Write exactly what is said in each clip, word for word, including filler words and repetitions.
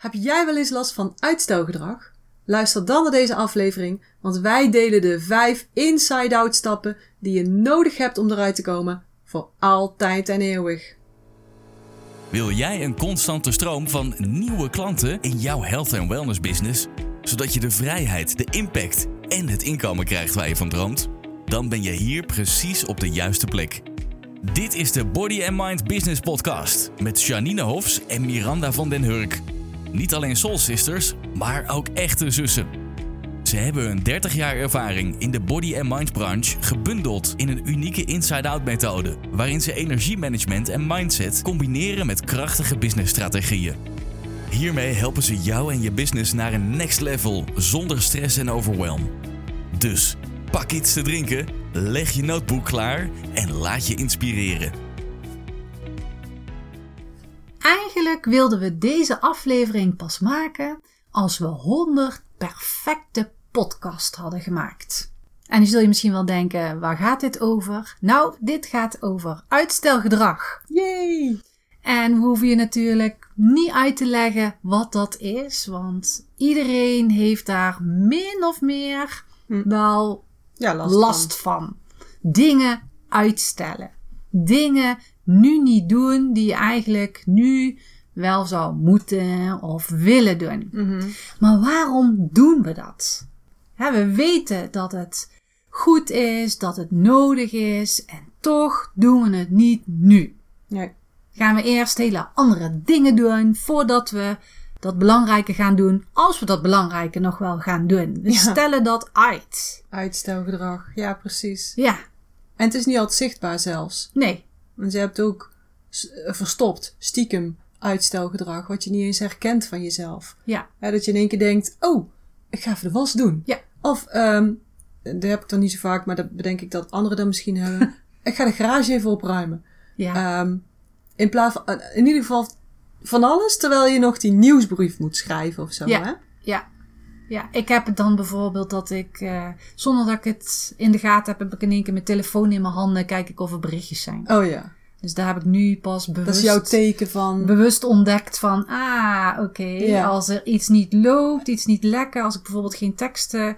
Heb jij wel eens last van uitstelgedrag? Luister dan naar deze aflevering, want wij delen de vijf inside-out stappen die je nodig hebt om eruit te komen voor altijd en eeuwig. Wil jij een constante stroom van nieuwe klanten in jouw health en wellness business, zodat je de vrijheid, de impact en het inkomen krijgt waar je van droomt? Dan ben je hier precies op de juiste plek. Dit is de Body and Mind Business Podcast met Janine Hofs en Miranda van den Hurk. Niet alleen soul sisters, maar ook echte zussen. Ze hebben hun dertig jaar ervaring in de body and mind branche gebundeld in een unieke inside-out methode, waarin ze energiemanagement en mindset combineren met krachtige businessstrategieën. Hiermee helpen ze jou en je business naar een next level zonder stress en overwhelm. Dus pak iets te drinken, leg je notebook klaar en laat je inspireren. Eigenlijk wilden we deze aflevering pas maken als we honderd perfecte podcasts hadden gemaakt. En nu zul je misschien wel denken, waar gaat dit over? Nou, dit gaat over uitstelgedrag. Yay! En we hoeven je natuurlijk niet uit te leggen wat dat is, want iedereen heeft daar min of meer hm. wel ja, last, last van. van. Dingen uitstellen. Dingen nu niet doen die je eigenlijk nu wel zou moeten of willen doen. Mm-hmm. Maar waarom doen we dat? Ja, we weten dat het goed is, dat het nodig is en toch doen we het niet nu. Nee. Gaan we eerst hele andere dingen doen voordat we dat belangrijke gaan doen, als we dat belangrijke nog wel gaan doen. We ja. stellen dat uit. Uitstelgedrag, ja precies. Ja. En het is niet altijd zichtbaar zelfs. Nee. Want je hebt ook verstopt, stiekem uitstelgedrag, wat je niet eens herkent van jezelf. Ja. Ja, dat je in één keer denkt, oh, ik ga even de was doen. Ja. Of, um, dat heb ik dan niet zo vaak, maar dat bedenk ik dat anderen dan misschien hebben. Ik ga de garage even opruimen. Ja. Um, in plaats van, in ieder geval van alles, terwijl je nog die nieuwsbrief moet schrijven of zo, ja. hè? Ja. Ja, ik heb het dan bijvoorbeeld dat ik, uh, zonder dat ik het in de gaten heb, heb ik in één keer mijn telefoon in mijn handen, kijk ik of er berichtjes zijn. Oh ja. Dus daar heb ik nu pas bewust... Dat is jouw teken van... Bewust ontdekt van, ah, oké, okay, ja. als er iets niet loopt, iets niet lekker, als ik bijvoorbeeld geen teksten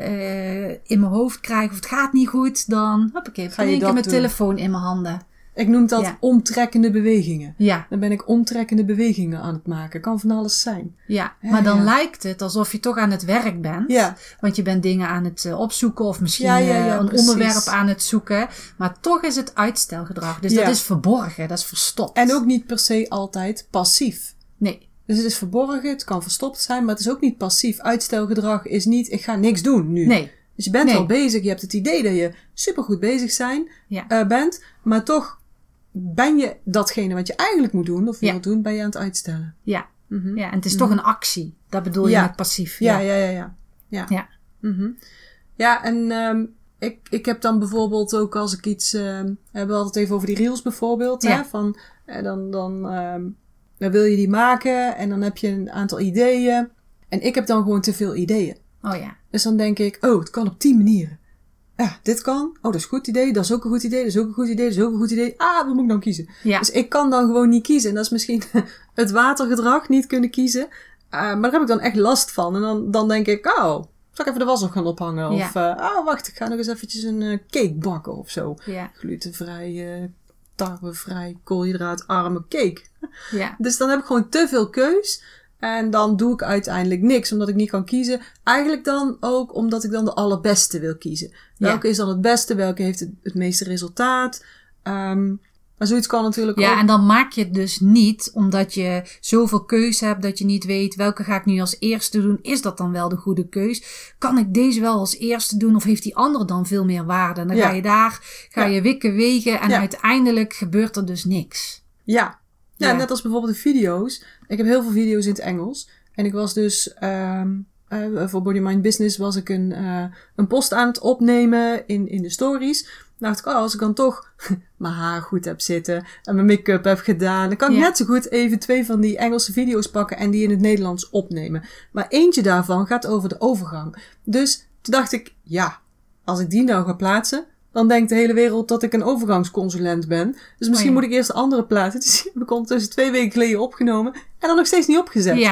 uh, in mijn hoofd krijg of het gaat niet goed, dan heb ik even in één keer mijn doen. telefoon in mijn handen. Ik noem dat ja. omtrekkende bewegingen. Ja. Dan ben ik omtrekkende bewegingen aan het maken. Kan van alles zijn. Ja, ja maar dan ja. lijkt het alsof je toch aan het werk bent. Ja. Want je bent dingen aan het uh, opzoeken of misschien ja, ja, ja, uh, een precies. onderwerp aan het zoeken. Maar toch is het uitstelgedrag. Dus ja. dat is verborgen, dat is verstopt. En ook niet per se altijd passief. Nee. Dus het is verborgen, het kan verstopt zijn, maar het is ook niet passief. Uitstelgedrag is niet, ik ga niks doen nu. Nee. Dus je bent nee. wel bezig, je hebt het idee dat je supergoed bezig zijn, ja. uh, bent, maar toch ben je datgene wat je eigenlijk moet doen, of wil ja. doen, ben je aan het uitstellen. Ja, mm-hmm. ja en het is mm-hmm. toch een actie. Dat bedoel je ja. met passief. Ja, ja, ja, ja. Ja, ja. ja. Mm-hmm. ja en um, ik, ik heb dan bijvoorbeeld ook als ik iets... Um, we hebben altijd even over die reels bijvoorbeeld. Ja. Hè, van, uh, dan, dan, um, dan wil je die maken en dan heb je een aantal ideeën. En ik heb dan gewoon te veel ideeën. Oh ja. Dus dan denk ik, oh, het kan op tien manieren. Ja, dit kan. Oh, dat is een goed idee. Dat is ook een goed idee. Dat is ook een goed idee. Dat is ook een goed idee. Ah, wat moet ik dan kiezen? Ja. Dus ik kan dan gewoon niet kiezen. En dat is misschien het watergedrag, niet kunnen kiezen. Uh, maar daar heb ik dan echt last van. En dan, dan denk ik, oh, zal ik even de was nog gaan ophangen? Ja. Of, uh, oh, wacht, ik ga nog eens eventjes een uh, cake bakken of zo. Ja. Glutenvrij, uh, tarwevrij, koolhydraatarme cake. Ja. Dus dan heb ik gewoon te veel keus. En dan doe ik uiteindelijk niks, omdat ik niet kan kiezen. Eigenlijk dan ook omdat ik dan de allerbeste wil kiezen. Welke ja. is dan het beste? Welke heeft het, het meeste resultaat? Um, maar zoiets kan natuurlijk ja, ook... en dan maak je het dus niet omdat je zoveel keus hebt dat je niet weet welke ga ik nu als eerste doen. Is dat dan wel de goede keus? Kan ik deze wel als eerste doen of heeft die andere dan veel meer waarde? En dan ja. ga je daar, ga ja. je wikken wegen en ja. uiteindelijk gebeurt er dus niks. Ja. Ja, Ja. net als bijvoorbeeld de video's. Ik heb heel veel video's in het Engels. En ik was dus, um, uh, voor Body Mind Business was ik een, uh, een post aan het opnemen in, in de stories. Dan dacht ik, oh, als ik dan toch mijn haar goed heb zitten en mijn make-up heb gedaan, dan kan ik Ja. net zo goed even twee van die Engelse video's pakken en die in het Nederlands opnemen. Maar eentje daarvan gaat over de overgang. Dus toen dacht ik, ja, als ik die nou ga plaatsen, dan denkt de hele wereld dat ik een overgangsconsulent ben. Dus misschien oh ja. moet ik eerst de andere plaatsen. Dus die heb ik ondertussen twee weken geleden opgenomen en dan nog steeds niet opgezet. Ja,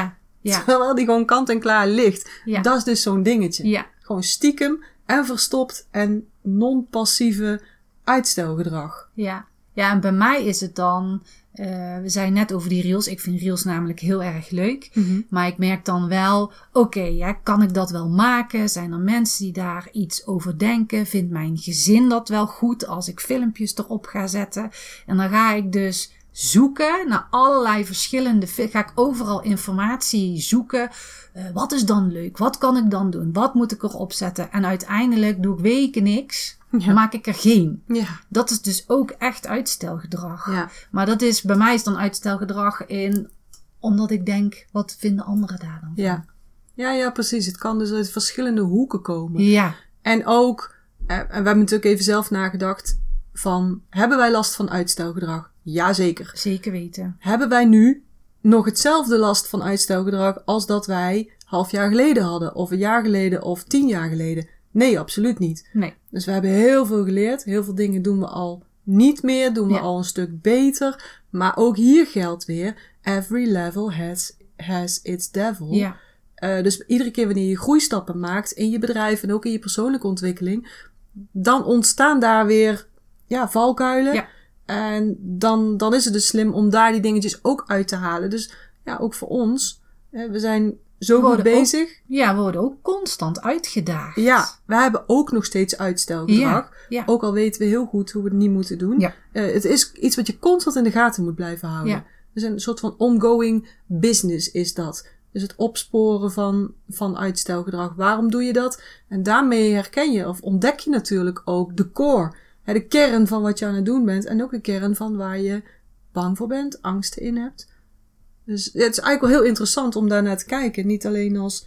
Ja. Terwijl die gewoon kant en klaar ligt. Ja. Dat is dus zo'n dingetje. Ja. Gewoon stiekem en verstopt en non-passieve uitstelgedrag. Ja. Ja, en bij mij is het dan... Uh, we zijn net over die reels. Ik vind reels namelijk heel erg leuk. Mm-hmm. Maar ik merk dan wel... Oké, okay, ja, kan ik dat wel maken? Zijn er mensen die daar iets over denken? Vindt mijn gezin dat wel goed als ik filmpjes erop ga zetten? En dan ga ik dus zoeken naar allerlei verschillende... Ga ik overal informatie zoeken. Uh, wat is dan leuk? Wat kan ik dan doen? Wat moet ik erop zetten? En uiteindelijk doe ik weken niks... Ja. Dan maak ik er geen. Ja. Dat is dus ook echt uitstelgedrag. Ja. Maar dat is, bij mij is dan uitstelgedrag in, omdat ik denk, wat vinden anderen daar dan van? Ja. Ja, ja, precies. Het kan dus uit verschillende hoeken komen. Ja. En ook, en we hebben natuurlijk even zelf nagedacht van, hebben wij last van uitstelgedrag? Jazeker. Zeker weten. Hebben wij nu nog hetzelfde last van uitstelgedrag als dat wij half jaar geleden hadden? Of een jaar geleden of tien jaar geleden? Nee, absoluut niet. Nee. Dus we hebben heel veel geleerd. Heel veel dingen doen we al niet meer. Doen we ja. al een stuk beter. Maar ook hier geldt weer. Every level has, has its devil. Ja. Uh, dus iedere keer wanneer je groeistappen maakt in je bedrijf en ook in je persoonlijke ontwikkeling. Dan ontstaan daar weer ja, valkuilen. Ja. En dan, dan is het dus slim om daar die dingetjes ook uit te halen. Dus ja, ook voor ons. Uh, we zijn... Zo goed bezig. Ook, ja, we worden ook constant uitgedaagd. Ja, we hebben ook nog steeds uitstelgedrag. Ja, ja. Ook al weten we heel goed hoe we het niet moeten doen. Ja. Uh, het is iets wat je constant in de gaten moet blijven houden. Ja. Dus een soort van ongoing business is dat. Dus het opsporen van, van uitstelgedrag. Waarom doe je dat? En daarmee herken je of ontdek je natuurlijk ook de core. Hè, de kern van wat je aan het doen bent. En ook de kern van waar je bang voor bent, angsten in hebt. Dus het is eigenlijk wel heel interessant om daar naar te kijken. Niet alleen als,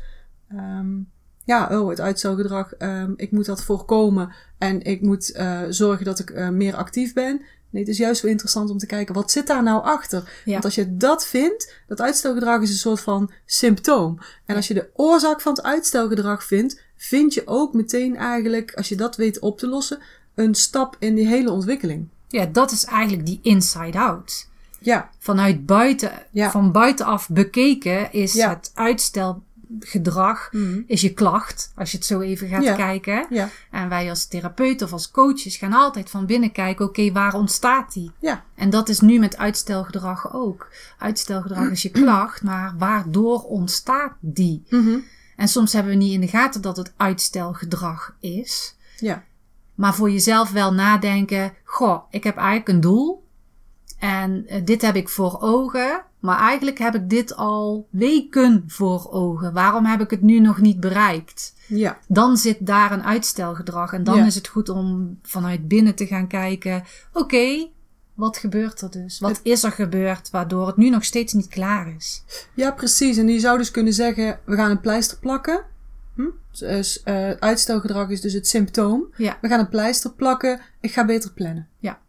um, ja, oh, het uitstelgedrag, um, ik moet dat voorkomen en ik moet uh, zorgen dat ik uh, meer actief ben. Nee, het is juist wel interessant om te kijken, wat zit daar nou achter? Ja. Want als je dat vindt, dat uitstelgedrag is een soort van symptoom. En als je de oorzaak van het uitstelgedrag vindt, vind je ook meteen eigenlijk, als je dat weet op te lossen, een stap in die hele ontwikkeling. Ja, dat is eigenlijk die inside-out. Ja. Vanuit buiten, ja. van buitenaf bekeken is ja. het uitstelgedrag, mm. is je klacht, als je het zo even gaat ja. kijken. Ja. En wij als therapeut of als coaches gaan altijd van binnen kijken, oké, okay, waar ontstaat die? Ja. En dat is nu met uitstelgedrag ook. Uitstelgedrag is je klacht, maar waardoor ontstaat die? Mm-hmm. En soms hebben we niet in de gaten dat het uitstelgedrag is. Ja. Maar voor jezelf wel nadenken, goh, ik heb eigenlijk een doel. En uh, dit heb ik voor ogen, maar eigenlijk heb ik dit al weken voor ogen. Waarom heb ik het nu nog niet bereikt? Ja. Dan zit daar een uitstelgedrag. En dan ja. is het goed om vanuit binnen te gaan kijken. Oké, okay, wat gebeurt er dus? Wat het... is er gebeurd waardoor het nu nog steeds niet klaar is? Ja, precies. En je zou dus kunnen zeggen, we gaan een pleister plakken. Hm? Dus uh, uitstelgedrag is dus het symptoom. Ja. We gaan een pleister plakken. Ik ga beter plannen. Ja.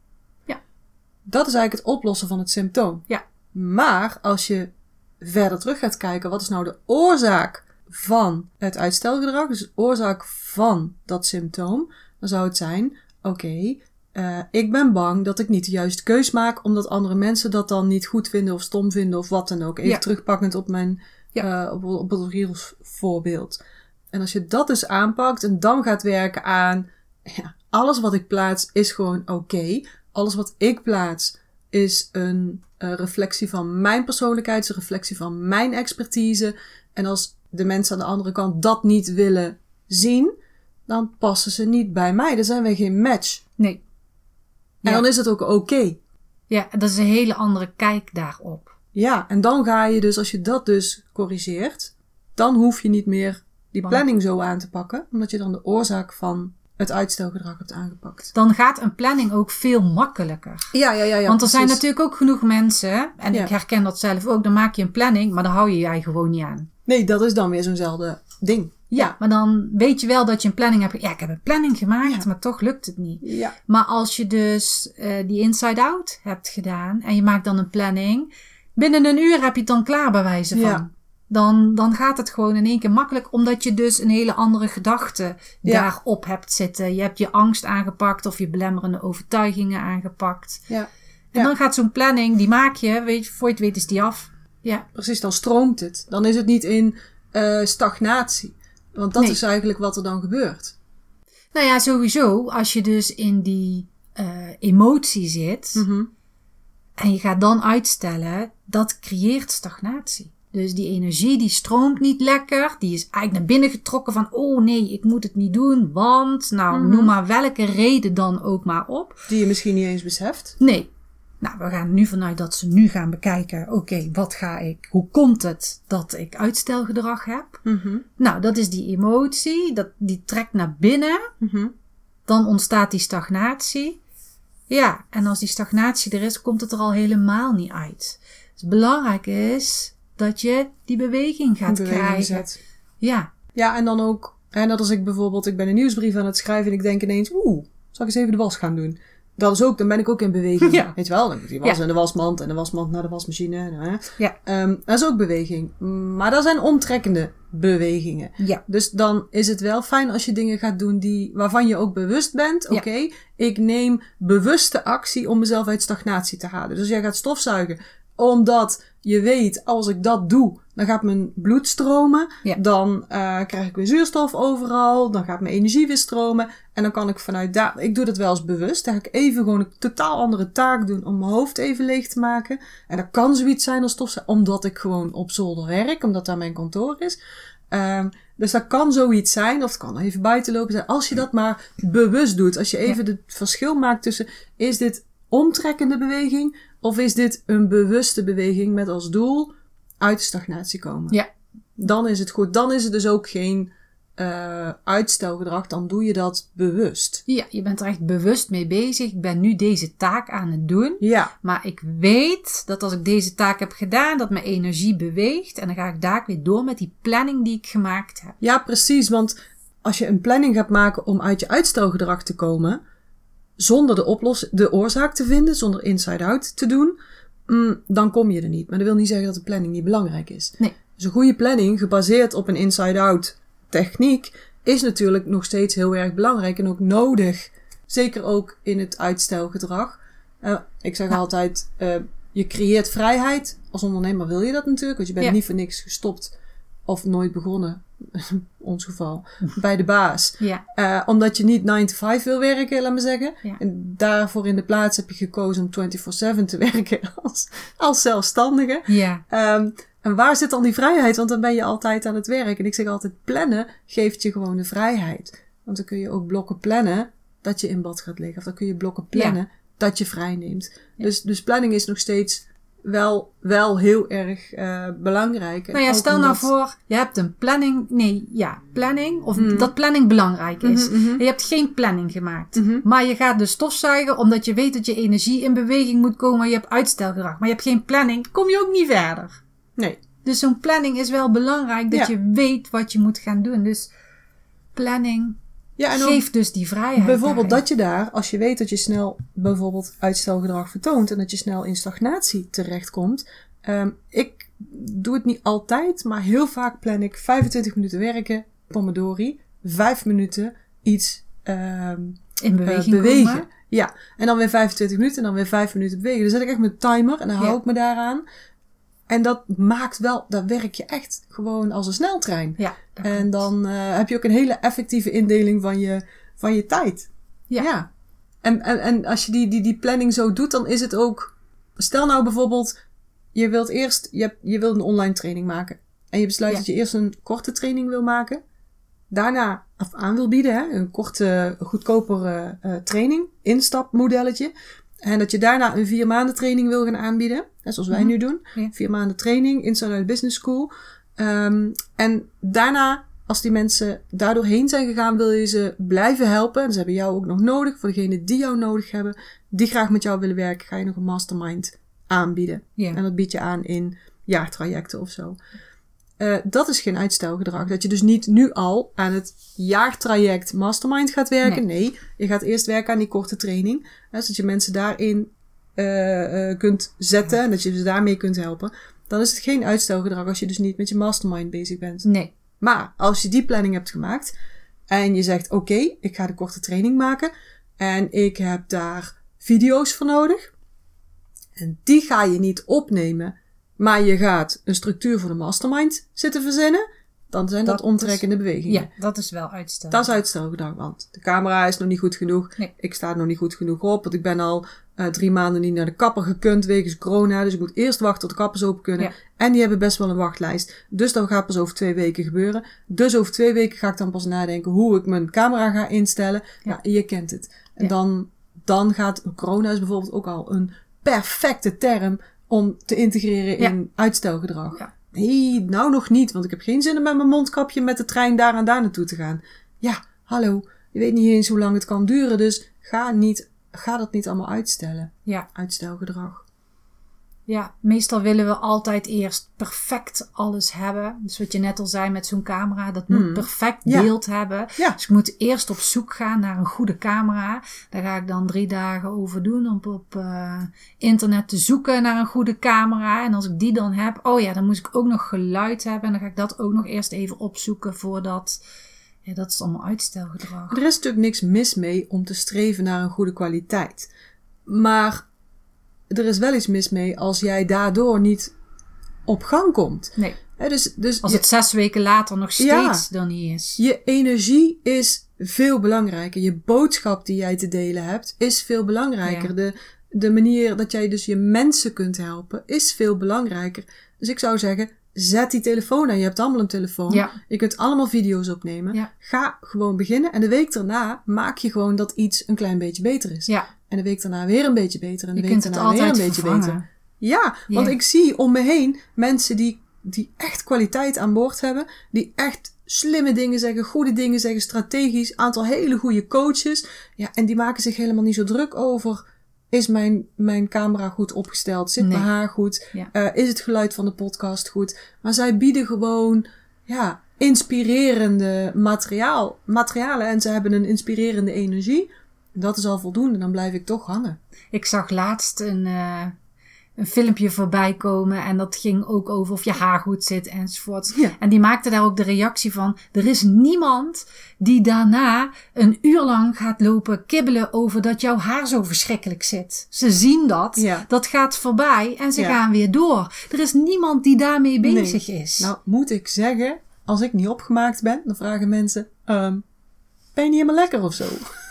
Dat is eigenlijk het oplossen van het symptoom. Ja. Maar als je verder terug gaat kijken, wat is nou de oorzaak van het uitstelgedrag? Dus de oorzaak van dat symptoom. Dan zou het zijn, oké, okay, uh, ik ben bang dat ik niet de juiste keus maak, omdat andere mensen dat dan niet goed vinden of stom vinden of wat dan ook. Even ja. terugpakkend op mijn, ja. uh, op, op het Reels voorbeeld. En als je dat dus aanpakt en dan gaat werken aan, ja, alles wat ik plaats is gewoon oké. Okay. Alles wat ik plaats is een uh, reflectie van mijn persoonlijkheid, is een reflectie van mijn expertise. En als de mensen aan de andere kant dat niet willen zien, dan passen ze niet bij mij. Dan zijn wij geen match. Nee. En ja. dan is het ook oké. Okay. Ja, dat is een hele andere kijk daarop. Ja, en dan ga je dus, als je dat dus corrigeert, dan hoef je niet meer die planning zo aan te pakken, omdat je dan de oorzaak van het uitstelgedrag hebt aangepakt. Dan gaat een planning ook veel makkelijker. Ja, ja, ja. ja Want er precies. zijn natuurlijk ook genoeg mensen, en ja. ik herken dat zelf ook, dan maak je een planning, maar dan hou je jij gewoon niet aan. Nee, dat is dan weer zo'nzelfde ding. Ja, ja, maar dan weet je wel dat je een planning hebt. Ja, ik heb een planning gemaakt, ja. maar toch lukt het niet. Ja. Maar als je dus uh, die inside-out hebt gedaan en je maakt dan een planning, binnen een uur heb je het dan klaar bij wijze van. Ja. Dan, dan gaat het gewoon in één keer makkelijk, omdat je dus een hele andere gedachte ja. daarop hebt zitten. Je hebt je angst aangepakt of je belemmerende overtuigingen aangepakt. Ja. En ja. dan gaat zo'n planning, die maak je, weet je, voor je het weet is die af. Ja. Precies, dan stroomt het. Dan is het niet in uh, stagnatie. Want dat Nee. is eigenlijk wat er dan gebeurt. Nou ja, sowieso, als je dus in die uh, emotie zit Mm-hmm. en je gaat dan uitstellen, dat creëert stagnatie. Dus die energie die stroomt niet lekker, die is eigenlijk naar binnen getrokken van, oh nee, ik moet het niet doen, want, nou, Mhm. noem maar welke reden dan ook maar op. Die je misschien niet eens beseft. Nee. Nou, we gaan nu vanuit dat ze nu gaan bekijken, oké, okay, wat ga ik, hoe komt het dat ik uitstelgedrag heb? Mm-hmm. Nou, dat is die emotie, dat, die trekt naar binnen, Mm-hmm. dan ontstaat die stagnatie. Ja, en als die stagnatie er is, komt het er al helemaal niet uit. Dus belangrijk is dat je die beweging gaat Beweging krijgen. zet. Ja, Ja, en dan ook, en dat als ik bijvoorbeeld, ik ben een nieuwsbrief aan het schrijven en ik denk ineens, oeh, zal ik eens even de was gaan doen? Dat is ook, dan ben ik ook in beweging. Ja. Weet je wel, dan moet die was Ja. in de wasmand en de wasmand naar de wasmachine. Nou, hè. ja, Um, dat is ook beweging. Maar dat zijn omtrekkende bewegingen. ja, Dus dan is het wel fijn als je dingen gaat doen die, waarvan je ook bewust bent. Oké, Ja. ik neem bewuste actie om mezelf uit stagnatie te halen. Dus jij gaat stofzuigen omdat je weet, als ik dat doe, dan gaat mijn bloed stromen. Ja. Dan uh, krijg ik weer zuurstof overal. Dan gaat mijn energie weer stromen. En dan kan ik vanuit daar, ik doe dat wel eens bewust. Dan ga ik even gewoon een totaal andere taak doen om mijn hoofd even leeg te maken. En dat kan zoiets zijn als stofzuigen, omdat ik gewoon op zolder werk, omdat daar mijn kantoor is. Um, dus dat kan zoiets zijn, of het kan even buiten lopen zijn. Als je dat maar bewust doet. Als je even ja. het verschil maakt tussen, is dit omtrekkende beweging of is dit een bewuste beweging met als doel uit de stagnatie komen? Ja. Dan is het goed. Dan is het dus ook geen uh, uitstelgedrag. Dan doe je dat bewust. Ja, je bent er echt bewust mee bezig. Ik ben nu deze taak aan het doen. Ja. Maar ik weet dat als ik deze taak heb gedaan, dat mijn energie beweegt. En dan ga ik daar weer door met die planning die ik gemaakt heb. Ja, precies. Want als je een planning gaat maken om uit je uitstelgedrag te komen, zonder de, oplos- de oorzaak te vinden, zonder inside-out te doen, mm, dan kom je er niet. Maar dat wil niet zeggen dat de planning niet belangrijk is. Nee. Dus een goede planning, gebaseerd op een inside-out techniek, is natuurlijk nog steeds heel erg belangrijk en ook nodig. Zeker ook in het uitstelgedrag. Uh, ik zeg ja. altijd, uh, je creëert vrijheid. Als ondernemer wil je dat natuurlijk, want je bent ja. niet voor niks gestopt of nooit begonnen, in ons geval, bij de baas. Ja. Uh, omdat je niet nine to five wil werken, laat maar zeggen. Ja. En daarvoor in de plaats heb je gekozen om twenty-four seven te werken als, als zelfstandige. Ja. Um, en waar zit dan die vrijheid? Want dan ben je altijd aan het werk. En ik zeg altijd, plannen geeft je gewoon de vrijheid. Want dan kun je ook blokken plannen dat je in bad gaat liggen. Of dan kun je blokken plannen ja. dat je vrij neemt. Ja. Dus, dus planning is nog steeds wel, wel heel erg uh, belangrijk. Nou ja, stel omdat... nou voor, je hebt een planning, nee, ja, planning, of mm. dat planning belangrijk is. Mm-hmm, mm-hmm. Je hebt geen planning gemaakt. Mm-hmm. Maar je gaat dus stofzuigen omdat je weet dat je energie in beweging moet komen. Je hebt uitstelgedrag, maar je hebt geen planning, kom je ook niet verder. Nee. Dus zo'n planning is wel belangrijk, dat ja. je weet wat je moet gaan doen. Dus planning ja, en geeft dus die vrijheid. Bijvoorbeeld daarin. dat je daar, als je weet dat je snel bijvoorbeeld uitstelgedrag vertoont en dat je snel in stagnatie terechtkomt. Um, ik doe het niet altijd, maar heel vaak plan ik vijfentwintig minuten werken, Pomodori, vijf minuten iets um, in beweging, uh, bewegen. Komen. Ja, en dan weer vijfentwintig minuten en dan weer vijf minuten bewegen. Dan zet ik echt mijn timer en dan hou ja. ik me daaraan. En dat maakt wel, dat werk je echt gewoon als een sneltrein. Ja, en dan uh, heb je ook een hele effectieve indeling van je, van je tijd. Ja. ja. En, en, en als je die, die, die planning zo doet, dan is het ook... Stel nou bijvoorbeeld, je wilt eerst, je, hebt, je wilt een online training maken. En je besluit ja. dat je eerst een korte training wil maken. Daarna af aan wil bieden, hè, een korte, goedkopere uh, training, instapmodelletje. En dat je daarna een vier maanden training wil gaan aanbieden. Hè, zoals wij mm-hmm. nu doen. Ja. Vier maanden training, Inside Out Business School. Um, en daarna, als die mensen daardoor heen zijn gegaan, wil je ze blijven helpen. En ze hebben jou ook nog nodig. Voor degenen die jou nodig hebben, die graag met jou willen werken, ga je nog een mastermind aanbieden. Ja. En dat bied je aan in jaartrajecten of zo. Uh, dat is geen uitstelgedrag. Dat je dus niet nu al aan het jaartraject mastermind gaat werken. Nee, nee je gaat eerst werken aan die korte training. Hè, zodat je mensen daarin uh, uh, kunt zetten. En dat je ze daarmee kunt helpen. Dan is het geen uitstelgedrag als je dus niet met je mastermind bezig bent. Nee. Maar als je die planning hebt gemaakt. En je zegt, oké, okay, ik ga de korte training maken. En ik heb daar video's voor nodig. En die ga je niet opnemen maar je gaat een structuur voor de mastermind zitten verzinnen, dan zijn dat, Dat omtrekkende is- bewegingen. Ja, dat is wel uitstel. Dat is uitstelgedrag, want de camera is nog niet goed genoeg. Nee. Ik sta er nog niet goed genoeg op, want ik ben al uh, drie maanden niet naar de kapper gekund wegens corona. Dus ik moet eerst wachten tot de kappers open kunnen. Ja. En die hebben best wel een wachtlijst. Dus dat gaat pas over twee weken gebeuren. Dus over twee weken ga ik dan pas nadenken hoe ik mijn camera ga instellen. Ja. Nou, je kent het. En Ja. dan, dan gaat corona is bijvoorbeeld ook al een perfecte term om te integreren Ja. in uitstelgedrag. Ja. Nee, nou nog niet, want ik heb geen zin om met mijn mondkapje met de trein daar en daar naartoe te gaan. Ja, hallo, je weet niet eens hoe lang het kan duren, dus ga, niet, ga dat niet allemaal uitstellen. Ja. Uitstelgedrag. Ja, meestal willen we altijd eerst perfect alles hebben. Dus wat je net al zei met zo'n camera, dat moet Mm. perfect Ja. beeld hebben. Ja. Dus ik moet eerst op zoek gaan naar een goede camera. Daar ga ik dan drie dagen over doen om op uh, internet te zoeken naar een goede camera. En als ik die dan heb, oh ja, dan moet ik ook nog geluid hebben. En dan ga ik dat ook nog eerst even opzoeken voordat... Ja, dat is allemaal uitstelgedrag. Er is natuurlijk niks mis mee om te streven naar een goede kwaliteit. Maar er is wel iets mis mee als jij daardoor niet op gang komt. Nee, He, dus dus als je, het zes weken later nog steeds Ja. er niet is. je energie is veel belangrijker. Je boodschap die jij te delen hebt is veel belangrijker. Ja. De, de manier dat jij dus je mensen kunt helpen is veel belangrijker. Dus ik zou zeggen, zet die telefoon aan. Je hebt allemaal een telefoon. Ja. Je kunt allemaal video's opnemen. Ja. Ga gewoon beginnen. En de week daarna maak je gewoon dat iets een klein beetje beter is. Ja, En de week daarna weer een beetje beter. En de je week kunt het daarna weer een altijd beetje vervangen. beter. Ja, want Ja. ik zie om me heen mensen die, die echt kwaliteit aan boord hebben. Die echt slimme dingen zeggen, goede dingen zeggen, strategisch. Aantal hele goede coaches. Ja, en die maken zich helemaal niet zo druk over... Is mijn, mijn camera goed opgesteld? Zit Nee. mijn haar goed? Ja. Uh, is het geluid van de podcast goed? Maar zij bieden gewoon... Ja, inspirerende materiaal, materialen. En ze hebben een inspirerende energie. Dat is al voldoende. Dan blijf ik toch hangen. Ik zag laatst een, uh, een filmpje voorbij komen en dat ging ook over of je haar goed zit enzovoort. Ja. En die maakte daar ook de reactie van, er is niemand die daarna een uur lang gaat lopen kibbelen over dat jouw haar zo verschrikkelijk zit. Ze zien dat, Ja. dat gaat voorbij en ze Ja. gaan weer door. Er is niemand die daarmee bezig Nee. is. Nou, moet ik zeggen, als ik niet opgemaakt ben, dan vragen mensen, um, ben je niet helemaal lekker of zo?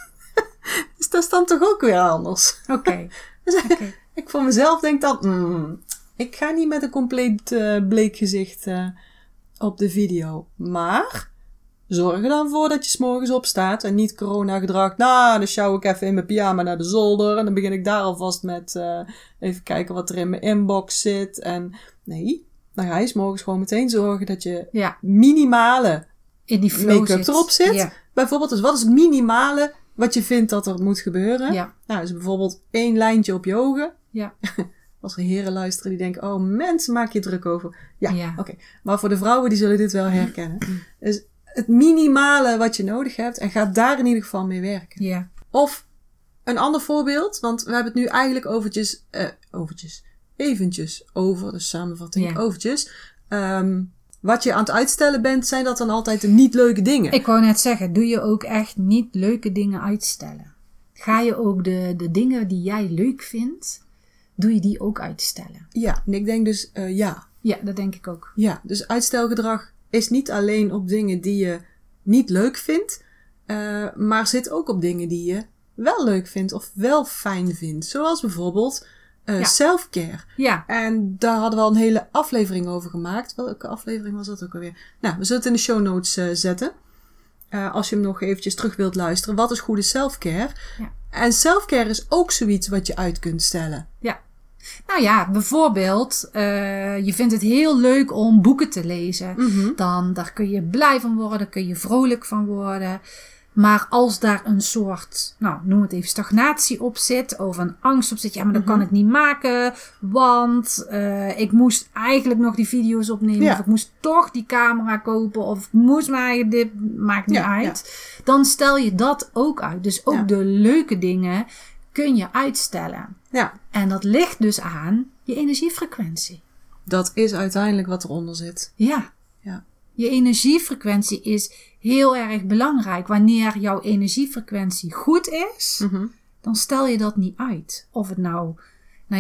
Dus dat is dan toch ook weer anders. Oké. Dus Oké. ik voor mezelf denk dan, mm, ik ga niet met een compleet uh, bleek gezicht uh, op de video. Maar zorg er dan voor dat je 's morgens opstaat en niet corona gedrag. Nou, dan sjouw ik even in mijn pyjama naar de zolder en dan begin ik daar alvast met uh, even kijken wat er in mijn inbox zit. En nee, dan ga je 's morgens gewoon meteen zorgen dat je Ja, minimale in die flow make-up zit. erop zit. Ja. Bijvoorbeeld, dus wat is het minimale wat je vindt dat er moet gebeuren? Ja. Nou, dus bijvoorbeeld één lijntje op je ogen. Ja. Als er heren luisteren die denken, oh mensen, maak je druk over. Ja, Ja. oké. Okay. Maar voor de vrouwen, die zullen dit wel herkennen. Dus het minimale wat je nodig hebt en ga daar in ieder geval mee werken. Ja. Of een ander voorbeeld, want we hebben het nu eigenlijk overtjes, uh, overtjes, eventjes over, dus samenvatting, Ja. overtjes. Um, wat je aan het uitstellen bent, zijn dat dan altijd de niet leuke dingen. Ik wou net zeggen, doe je ook echt niet leuke dingen uitstellen? Ga je ook de, de dingen die jij leuk vindt, doe je die ook uitstellen? Ja, en ik denk dus uh, ja. Ja, dat denk ik ook. Ja, dus uitstelgedrag is niet alleen op dingen die je niet leuk vindt, uh, maar zit ook op dingen die je wel leuk vindt of wel fijn vindt. Zoals bijvoorbeeld uh, Ja. self-care. Ja, En daar hadden we al een hele aflevering over gemaakt. Welke aflevering was dat ook alweer? Nou, we zullen het in de show notes uh, zetten. Uh, als je hem nog eventjes terug wilt luisteren. Wat is goede self-care? Ja. En self-care is ook zoiets wat je uit kunt stellen. ja. Nou ja, bijvoorbeeld, uh, je vindt het heel leuk om boeken te lezen. Mm-hmm. Dan daar kun je blij van worden, daar kun je vrolijk van worden. Maar als daar een soort, nou noem het even stagnatie op zit, of een angst op zit, ja maar dat Mm-hmm. kan ik niet maken, want uh, ik moest eigenlijk nog die video's opnemen, Ja. of ik moest toch die camera kopen, of ik moest maar dit, maakt niet Ja, uit. Dan stel je dat ook uit. Dus ook Ja. de leuke dingen kun je uitstellen. Ja, En dat ligt dus aan je energiefrequentie. dat is uiteindelijk wat eronder zit. Ja. Ja. Je energiefrequentie is heel erg belangrijk. Wanneer jouw energiefrequentie goed is, Mm-hmm. dan stel je dat niet uit. Of het nou, nou ja,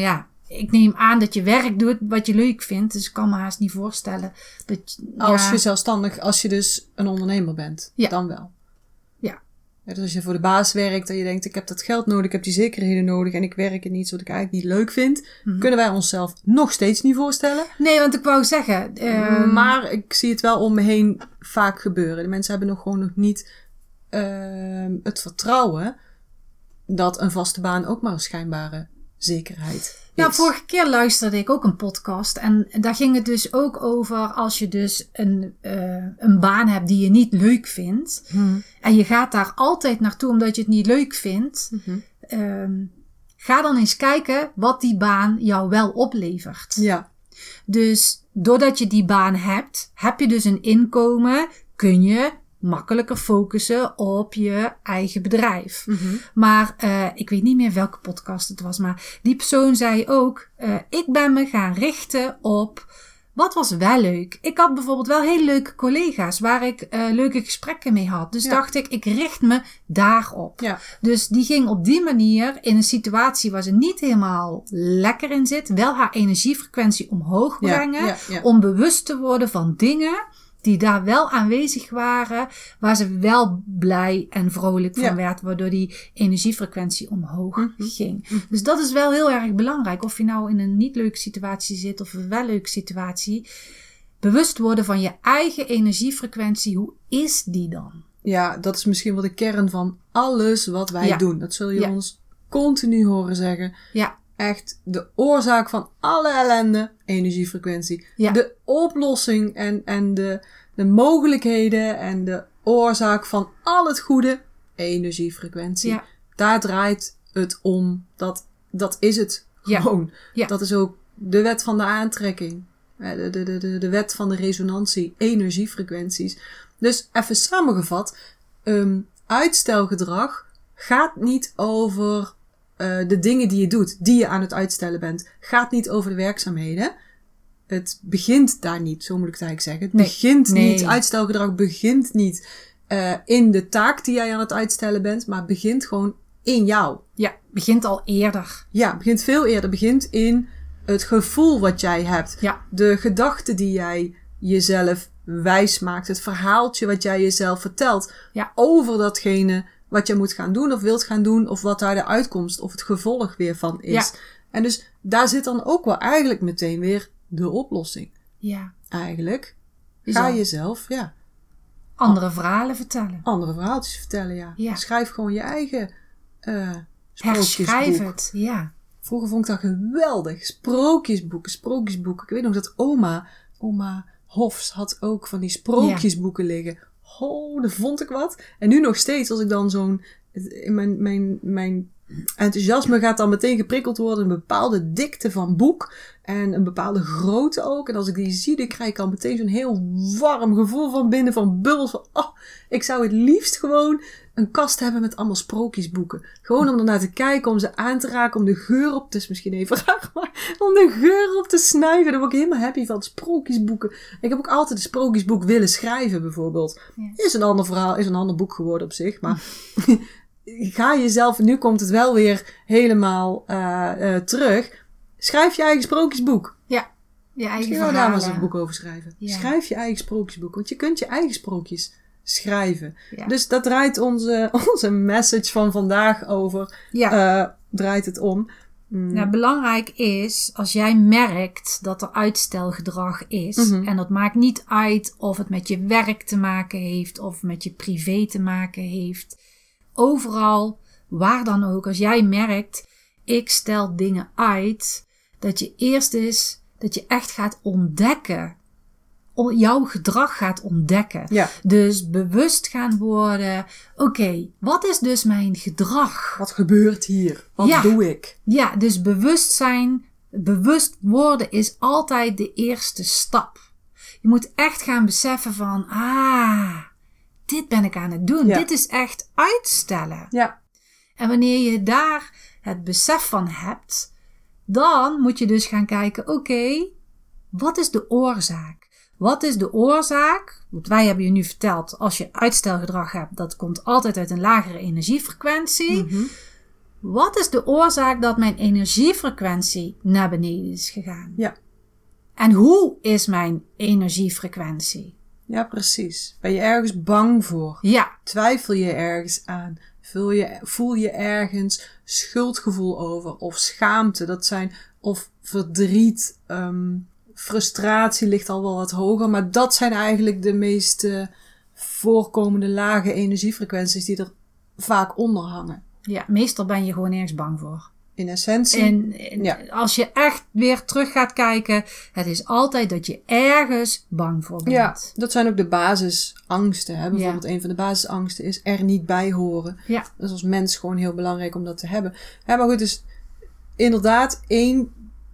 ik neem aan dat je werk doet wat je leuk vindt. Dus ik kan me haast niet voorstellen. Dat je, Als ja, je zelfstandig, als je dus een ondernemer bent, Ja. dan wel. Ja. Ja, dus als je voor de baas werkt en je denkt, ik heb dat geld nodig, ik heb die zekerheden nodig en ik werk in iets wat ik eigenlijk niet leuk vind, Mhm. kunnen wij onszelf nog steeds niet voorstellen. Nee, want ik wou zeggen... ehm, Maar ik zie het wel om me heen vaak gebeuren. De mensen hebben nog gewoon nog niet ehm, het vertrouwen dat een vaste baan ook maar een schijnbare zekerheid is. Nou, vorige keer luisterde ik ook een podcast. En daar ging het dus ook over als je dus een, uh, een baan hebt die je niet leuk vindt. Hmm. En je gaat daar altijd naartoe omdat je het niet leuk vindt. Mm-hmm. Um, ga dan eens kijken wat die baan jou wel oplevert. Ja. Dus doordat je die baan hebt, heb je dus een inkomen, kun je makkelijker focussen op je eigen bedrijf. Mm-hmm. Maar uh, ik weet niet meer welke podcast het was, maar die persoon zei ook, uh, ik ben me gaan richten op wat was wel leuk. Ik had bijvoorbeeld wel hele leuke collega's waar ik uh, leuke gesprekken mee had. Dus Ja. dacht ik, ik richt me daarop. Ja. Dus die ging op die manier in een situatie waar ze niet helemaal lekker in zit, wel haar energiefrequentie omhoog brengen, Ja, ja, ja. om bewust te worden van dingen die daar wel aanwezig waren, waar ze wel blij en vrolijk van Ja. werd, waardoor die energiefrequentie omhoog Mhm. ging. Dus dat is wel heel erg belangrijk. Of je nou in een niet leuke situatie zit of een wel leuke situatie. Bewust worden van je eigen energiefrequentie. Hoe is die dan? Ja, dat is misschien wel de kern van alles wat wij Ja. doen. Dat zul je Ja. ons continu horen zeggen. Ja, Echt de oorzaak van alle ellende, energiefrequentie. Ja. De oplossing en, en de, de mogelijkheden en de oorzaak van al het goede, energiefrequentie. Ja. Daar draait het om. Dat, dat is het Ja. gewoon. Ja. Dat is ook de wet van de aantrekking. Eh, De, de, de, de, de wet van de resonantie, energiefrequenties. Dus even samengevat, um, uitstelgedrag gaat niet over uh, de dingen die je doet, die je aan het uitstellen bent. Gaat niet over de werkzaamheden. Het begint daar niet, zo moet ik het eigenlijk zeggen. Het Nee. begint Nee. niet, uitstelgedrag begint niet uh, in de taak die jij aan het uitstellen bent, maar begint gewoon in jou. ja, begint al eerder. Ja, het begint veel eerder. Het begint in het gevoel wat jij hebt. Ja. De gedachten die jij jezelf wijs maakt. Het verhaaltje wat jij jezelf vertelt. Ja. Over datgene wat je moet gaan doen of wilt gaan doen. Of wat daar de uitkomst of het gevolg weer van is. Ja. En dus daar zit dan ook wel eigenlijk meteen weer de oplossing. Ja. Eigenlijk. Je Ga zal jezelf, ja, andere verhalen vertellen. andere verhaaltjes vertellen, ja. Ja. Schrijf gewoon je eigen uh, sprookjesboek. Herschrijf het. Ja. Vroeger vond ik dat geweldig. Sprookjesboeken, sprookjesboeken. Ik weet nog dat oma, oma Hofs had ook van die sprookjesboeken liggen. Oh, dat vond ik wat. En nu nog steeds, als ik dan zo'n... Mijn, mijn, mijn enthousiasme gaat dan meteen geprikkeld worden. Een bepaalde dikte van boek. En een bepaalde grootte ook. En als ik die zie, dan krijg ik al meteen zo'n heel warm gevoel van binnen. Van bubbels. Van, oh, ik zou het liefst gewoon een kast hebben met allemaal sprookjesboeken. Gewoon om ernaar te kijken, om ze aan te raken, om de geur op... Het is misschien even raar, maar om de geur op te snuiven. Daar word ik helemaal happy van. Sprookjesboeken. Ik heb ook altijd een sprookjesboek willen schrijven, bijvoorbeeld. Ja. Is een ander verhaal, is een ander boek geworden op zich, maar... Ga jezelf, nu komt het wel weer helemaal uh, uh, terug. Schrijf je eigen sprookjesboek. Ja. Je eigen Misschien wel daar maar eens een verhalen. boek over schrijven. Ja. Schrijf je eigen sprookjesboek, want je kunt je eigen sprookjes schrijven. Ja. Dus dat draait onze, onze message van vandaag over. Ja. Uh, draait het om. Mm. Nou, belangrijk is, als jij merkt dat er uitstelgedrag is, Mhm. en dat maakt niet uit of het met je werk te maken heeft, of met je privé te maken heeft, overal, waar dan ook, als jij merkt, ik stel dingen uit, dat je eerst is, dat je echt gaat ontdekken, o- jouw gedrag gaat ontdekken. Ja. Dus bewust gaan worden, oké, wat is dus mijn gedrag? Wat gebeurt hier? Wat Ja. doe ik? Ja, dus bewustzijn, bewust worden is altijd de eerste stap. Je moet echt gaan beseffen van, ah, dit ben ik aan het doen. Ja. Dit is echt uitstellen. Ja. En wanneer je daar het besef van hebt, dan moet je dus gaan kijken, oké, wat is de oorzaak? Wat is de oorzaak? Want wij hebben je nu verteld, als je uitstelgedrag hebt, dat komt altijd uit een lagere energiefrequentie. Mhm. wat is de oorzaak dat mijn energiefrequentie naar beneden is gegaan? Ja. En hoe is mijn energiefrequentie? Ja, precies. Ben je ergens bang voor? Ja. Twijfel je ergens aan? Voel je, voel je ergens schuldgevoel over? Of schaamte? Dat zijn, of verdriet, um, frustratie ligt al wel wat hoger. Maar dat zijn eigenlijk de meest uh, voorkomende lage energiefrequenties die er vaak onder hangen. Ja, meestal ben je gewoon ergens bang voor. In essentie. En, en ja. als je echt weer terug gaat kijken, het is altijd dat je ergens bang voor bent. Ja, dat zijn ook de basisangsten. Hè? Bijvoorbeeld Ja. een van de basisangsten is er niet bij horen. Ja. Dat is als mens gewoon heel belangrijk om dat te hebben. Ja, maar goed, dus inderdaad, één,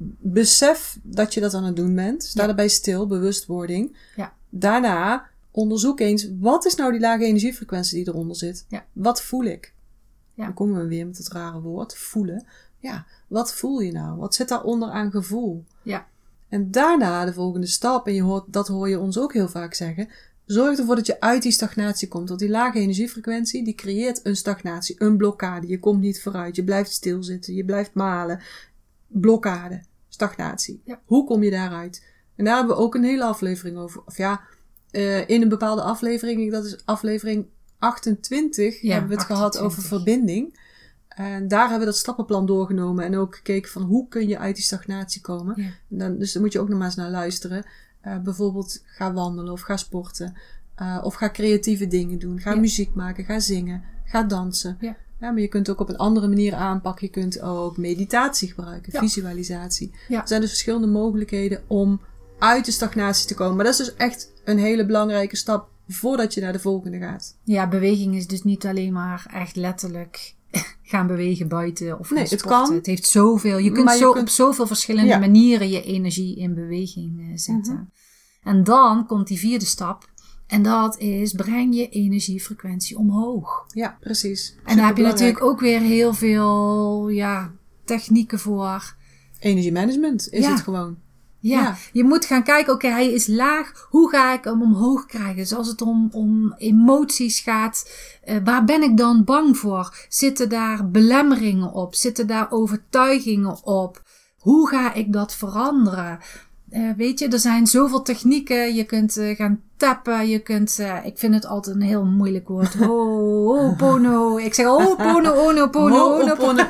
besef dat je dat aan het doen bent. Sta Ja. erbij stil, bewustwording. Ja. Daarna onderzoek eens, wat is nou die lage energiefrequentie die eronder zit? Ja. Wat voel ik? Ja. Dan komen we weer met het rare woord, voelen. Ja, wat voel je nou? Wat zit daaronder aan gevoel? Ja. En daarna de volgende stap, en je hoort, dat hoor je ons ook heel vaak zeggen, zorg ervoor dat je uit die stagnatie komt. Want die lage energiefrequentie, die creëert een stagnatie, een blokkade. Je komt niet vooruit, je blijft stilzitten, je blijft malen. Blokkade, stagnatie. Ja. Hoe kom je daaruit? En daar hebben we ook een hele aflevering over. Of ja, uh, in een bepaalde aflevering, dat is aflevering achtentwintig, Ja, hebben we het achtentwintig. gehad over verbinding. En daar hebben we dat stappenplan doorgenomen en ook gekeken van hoe kun je uit die stagnatie komen. Ja. En dan, dus daar moet je ook nog maar eens naar luisteren. Uh, bijvoorbeeld ga wandelen of ga sporten. Uh, of ga creatieve dingen doen. Ga Ja. muziek maken, ga zingen, ga dansen. Ja. Ja, maar je kunt het ook op een andere manier aanpakken. Je kunt ook meditatie gebruiken, Ja. visualisatie. Ja. Er zijn dus verschillende mogelijkheden om uit de stagnatie te komen. Maar dat is dus echt een hele belangrijke stap voordat je naar de volgende gaat. Ja, beweging is dus niet alleen maar echt letterlijk gaan bewegen buiten of gaan Nee, het sporten. kan. Het heeft zoveel. Je kunt, Maar je zo, kunt- op zoveel verschillende Ja. manieren je energie in beweging uh, zetten. Mhm. En dan komt die vierde stap. En dat is, breng je energiefrequentie omhoog. Ja, precies. En daar heb je Superbelangrijk. natuurlijk ook weer heel veel ja, technieken voor. Energiemanagement is Ja. het gewoon. Ja, Ja. je moet gaan kijken, oké, hij is laag. Hoe ga ik hem omhoog krijgen? Dus als het om, om emoties gaat, uh, waar ben ik dan bang voor? Zitten daar belemmeringen op? Zitten daar overtuigingen op? Hoe ga ik dat veranderen? Uh, weet je, er zijn zoveel technieken. Je kunt uh, gaan tappen. Je kunt, uh, ik vind het altijd een heel moeilijk woord. Oh, oh, pono. Ik zeg, oh, pono, ono, pono, ono, pono.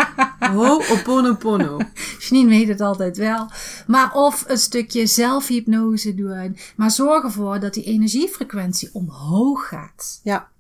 Ho'oponopono. Janine weet het altijd wel. Maar of een stukje zelfhypnose doen. Maar zorg ervoor dat die energiefrequentie omhoog gaat. Ja.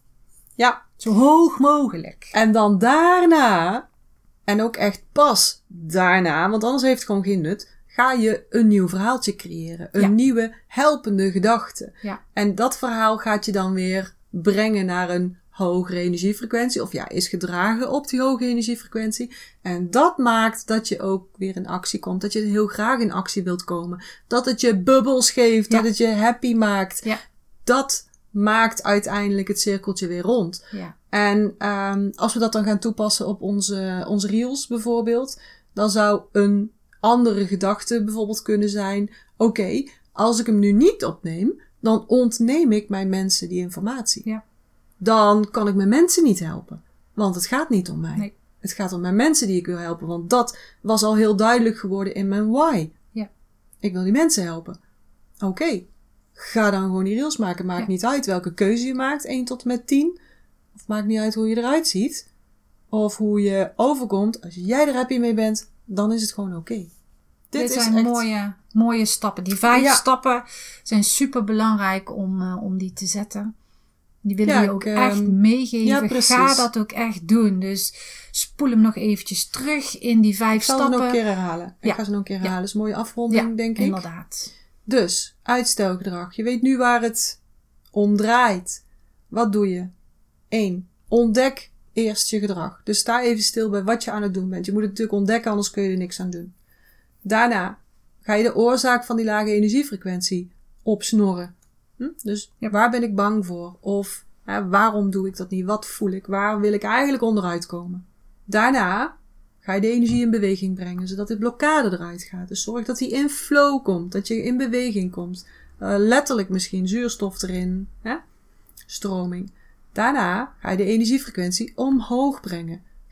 Ja. Zo hoog mogelijk. En dan daarna, en ook echt pas daarna, want anders heeft het gewoon geen nut, ga je een nieuw verhaaltje creëren. Een Ja. nieuwe helpende gedachte. Ja. En dat verhaal gaat je dan weer brengen naar een hogere energiefrequentie. Of ja, is gedragen op die hoge energiefrequentie. En dat maakt dat je ook weer in actie komt. Dat je heel graag in actie wilt komen. Dat het je bubbels geeft. Ja. Dat het je happy maakt. Ja. Dat maakt uiteindelijk het cirkeltje weer rond. Ja. En um, als we dat dan gaan toepassen op onze, onze reels bijvoorbeeld, dan zou een andere gedachte bijvoorbeeld kunnen zijn, oké, okay, als ik hem nu niet opneem, dan ontneem ik mijn mensen die informatie. Ja. Dan kan ik mijn mensen niet helpen. Want het gaat niet om mij. Nee. Het gaat om mijn mensen die ik wil helpen. Want dat was al heel duidelijk geworden in mijn why. Ja. Ik wil die mensen helpen. Oké. Okay. Ga dan gewoon die reels maken. Maakt Ja. niet uit welke keuze je maakt. één tot en met tien. Of maakt niet uit hoe je eruit ziet. Of hoe je overkomt. Als jij er happy mee bent, dan is het gewoon oké. Okay. Dit, Dit is zijn echt... mooie, mooie stappen. Die vijf Ja. stappen zijn super belangrijk om, uh, om die te zetten. Die willen Ja, je ook ik, echt um, meegeven. ja, precies. Ga dat ook echt doen. Dus spoel hem nog eventjes terug in die vijf Ik zal stappen. ze nog een keer herhalen. Ik Ja. ga ze nog een keer Ja. herhalen. Dat is een mooie afronding, Ja, denk ik. inderdaad. Dus, uitstelgedrag. Je weet nu waar het om draait. Wat doe je? Eén. Ontdek eerst je gedrag. Dus sta even stil bij wat je aan het doen bent. Je moet het natuurlijk ontdekken, anders kun je er niks aan doen. Daarna ga je de oorzaak van die lage energiefrequentie opsnorren. Hm? Dus Ja. waar ben ik bang voor? Of hè, waarom doe ik dat niet? Wat voel ik? Waar wil ik eigenlijk onderuit komen? Daarna ga je de energie in beweging brengen, zodat de blokkade eruit gaat. Dus zorg dat die in flow komt, dat je in beweging komt. Uh, letterlijk misschien zuurstof erin, hè? Stroming. Daarna ga je de energiefrequentie omhoog brengen.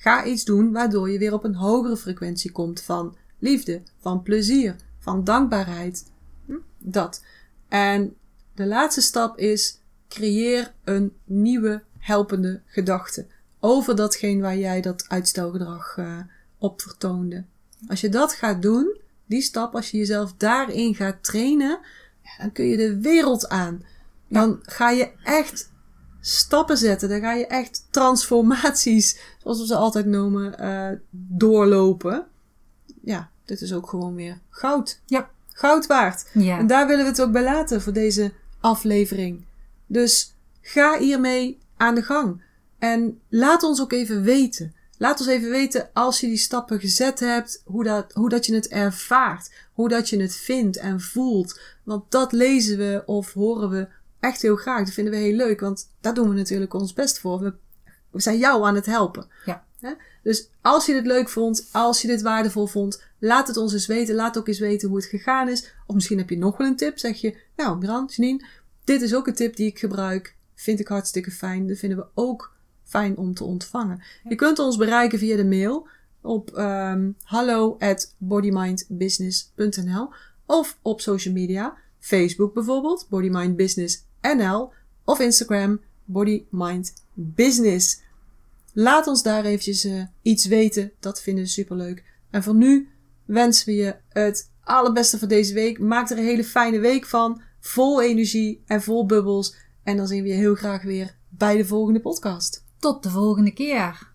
Ga iets doen waardoor je weer op een hogere frequentie komt van liefde, van plezier, van dankbaarheid. Hm? Dat. En de laatste stap is, creëer een nieuwe helpende gedachte over datgene waar jij dat uitstelgedrag uh, op vertoonde. Als je dat gaat doen, die stap, als je jezelf daarin gaat trainen, dan kun je de wereld aan. Dan ga je echt stappen zetten. Dan ga je echt transformaties, zoals we ze altijd noemen, uh, doorlopen. Ja, dit is ook gewoon weer goud. Ja. Goud waard. Ja. En daar willen we het ook bij laten voor deze aflevering. Dus ga hiermee aan de gang. En laat ons ook even weten. Laat ons even weten als je die stappen gezet hebt, hoe dat, hoe dat je het ervaart. Hoe dat je het vindt en voelt. Want dat lezen we of horen we echt heel graag. Dat vinden we heel leuk, want daar doen we natuurlijk ons best voor. We, we zijn jou aan het helpen. Ja. Dus als je dit leuk vond, als je dit waardevol vond, laat het ons eens weten. Laat ook eens weten hoe het gegaan is. Of misschien heb je nog wel een tip. Zeg je, nou Miran, Janine, dit is ook een tip die ik gebruik. Vind ik hartstikke fijn. Dat vinden we ook fijn om te ontvangen. Ja. Je kunt ons bereiken via de mail op um, hallo at bodymindbusiness punt n l of op social media. Facebook bijvoorbeeld, bodymindbusiness n l of Instagram, bodymindbusiness. Laat ons daar eventjes uh, iets weten. Dat vinden we superleuk. En voor nu wensen we je het allerbeste voor deze week. Maak er een hele fijne week van. Vol energie en vol bubbels. En dan zien we je heel graag weer bij de volgende podcast. Tot de volgende keer.